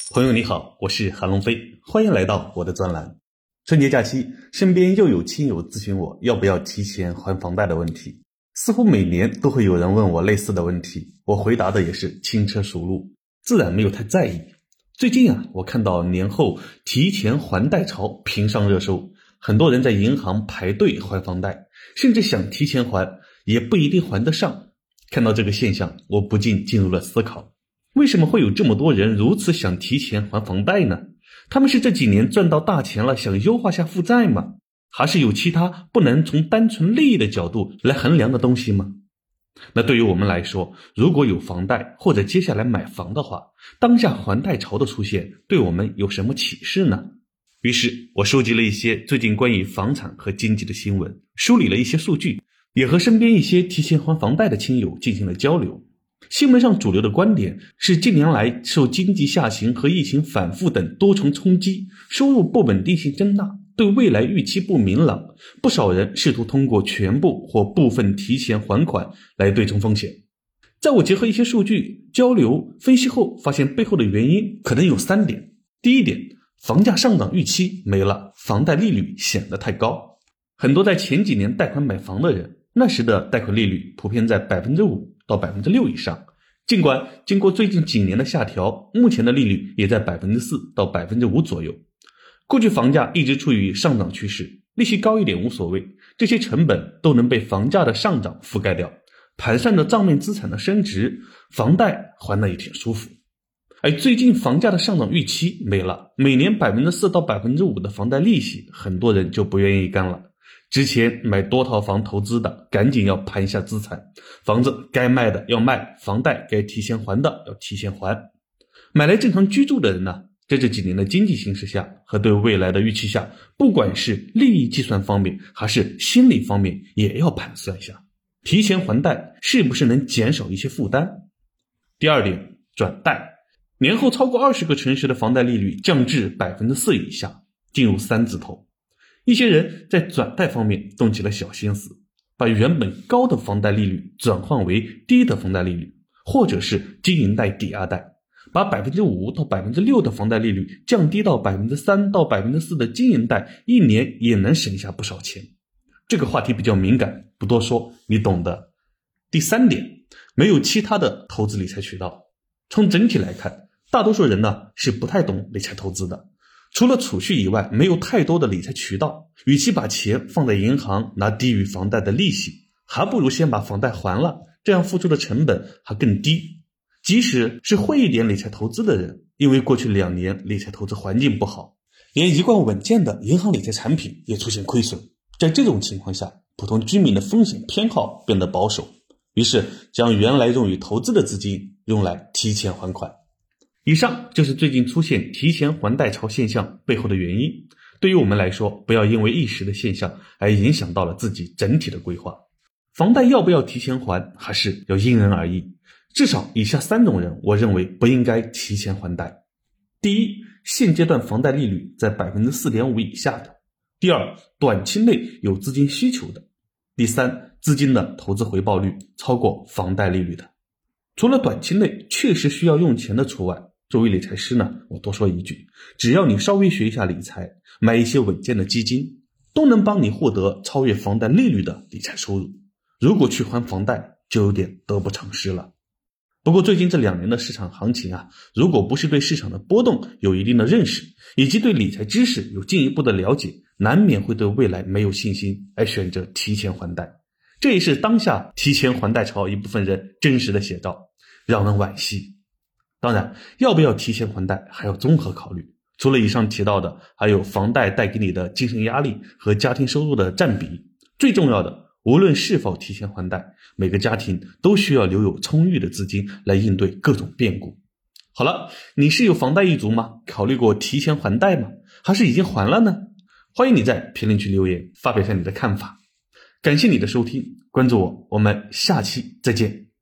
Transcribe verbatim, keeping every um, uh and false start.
朋友你好，我是韩龙飞，欢迎来到我的专栏。春节假期，身边又有亲友咨询我要不要提前还房贷的问题。似乎每年都会有人问我类似的问题，我回答的也是轻车熟路，自然没有太在意。最近啊，我看到年后提前还贷潮频上热搜，很多人在银行排队还房贷，甚至想提前还，也不一定还得上。看到这个现象，我不禁进入了思考。为什么会有这么多人如此想提前还房贷呢？他们是这几年赚到大钱了，想优化下负债吗？还是有其他不能从单纯利益的角度来衡量的东西吗？那对于我们来说，如果有房贷或者接下来买房的话，当下还贷潮的出现对我们有什么启示呢？于是我收集了一些最近关于房产和经济的新闻，梳理了一些数据，也和身边一些提前还房贷的亲友进行了交流。新闻上主流的观点是，近年来受经济下行和疫情反复等多重冲击，收入不稳定性增大，对未来预期不明朗，不少人试图通过全部或部分提前还款来对冲风险。在我结合一些数据交流分析后，发现背后的原因可能有三点。第一点，房价上涨预期没了，房贷利率显得太高。很多在前几年贷款买房的人，那时的贷款利率普遍在 百分之五 到 百分之六 以上，尽管经过最近几年的下调，目前的利率也在 百分之四 到 百分之五 左右。过去房价一直处于上涨趋势，利息高一点无所谓，这些成本都能被房价的上涨覆盖掉，盘算着账面资产的升值，房贷还得也挺舒服。而最近房价的上涨预期没了，每年 百分之四 到 百分之五 的房贷利息，很多人就不愿意干了。之前买多套房投资的，赶紧要盘一下资产，房子该卖的要卖，房贷该提前还的要提前还。买来正常居住的人呢，在这几年的经济形势下和对未来的预期下，不管是利益计算方面还是心理方面，也要盘算一下，提前还贷是不是能减少一些负担。第二点，转贷。年后超过二十个城市的房贷利率降至 百分之四 以下，进入三字头。一些人在转贷方面动起了小心思，把原本高的房贷利率转换为低的房贷利率，或者是经营贷抵押贷，把 百分之五 到 百分之六 的房贷利率降低到 百分之三 到 百分之四 的经营贷，一年也能省下不少钱。这个话题比较敏感，不多说，你懂的。第三点，没有其他的投资理财渠道。从整体来看，大多数人呢是不太懂理财投资的，除了储蓄以外，没有太多的理财渠道，与其把钱放在银行拿低于房贷的利息，还不如先把房贷还了，这样付出的成本还更低。即使是会一点理财投资的人，因为过去两年理财投资环境不好，连一贯稳健的银行理财产品也出现亏损，在这种情况下，普通居民的风险偏好变得保守，于是将原来用于投资的资金用来提前还款。以上就是最近出现提前还贷潮现象背后的原因。对于我们来说，不要因为一时的现象而影响到了自己整体的规划。房贷要不要提前还，还是要因人而异。至少以下三种人，我认为不应该提前还贷。第一，现阶段房贷利率在 百分之四点五 以下的。第二，短期内有资金需求的。第三，资金的投资回报率超过房贷利率的。除了短期内确实需要用钱的除外，作为理财师呢，我多说一句，只要你稍微学一下理财，买一些稳健的基金，都能帮你获得超越房贷利率的理财收入。如果去还房贷，就有点得不偿失了。不过最近这两年的市场行情啊，如果不是对市场的波动有一定的认识，以及对理财知识有进一步的了解，难免会对未来没有信心，而选择提前还贷。这也是当下提前还贷潮一部分人真实的写照，让人惋惜。当然，要不要提前还贷还要综合考虑，除了以上提到的，还有房贷带给你的精神压力和家庭收入的占比。最重要的，无论是否提前还贷，每个家庭都需要留有充裕的资金来应对各种变故。好了，你是有房贷一族吗？考虑过提前还贷吗？还是已经还了呢？欢迎你在评论区留言，发表一下你的看法。感谢你的收听，关注我，我们下期再见。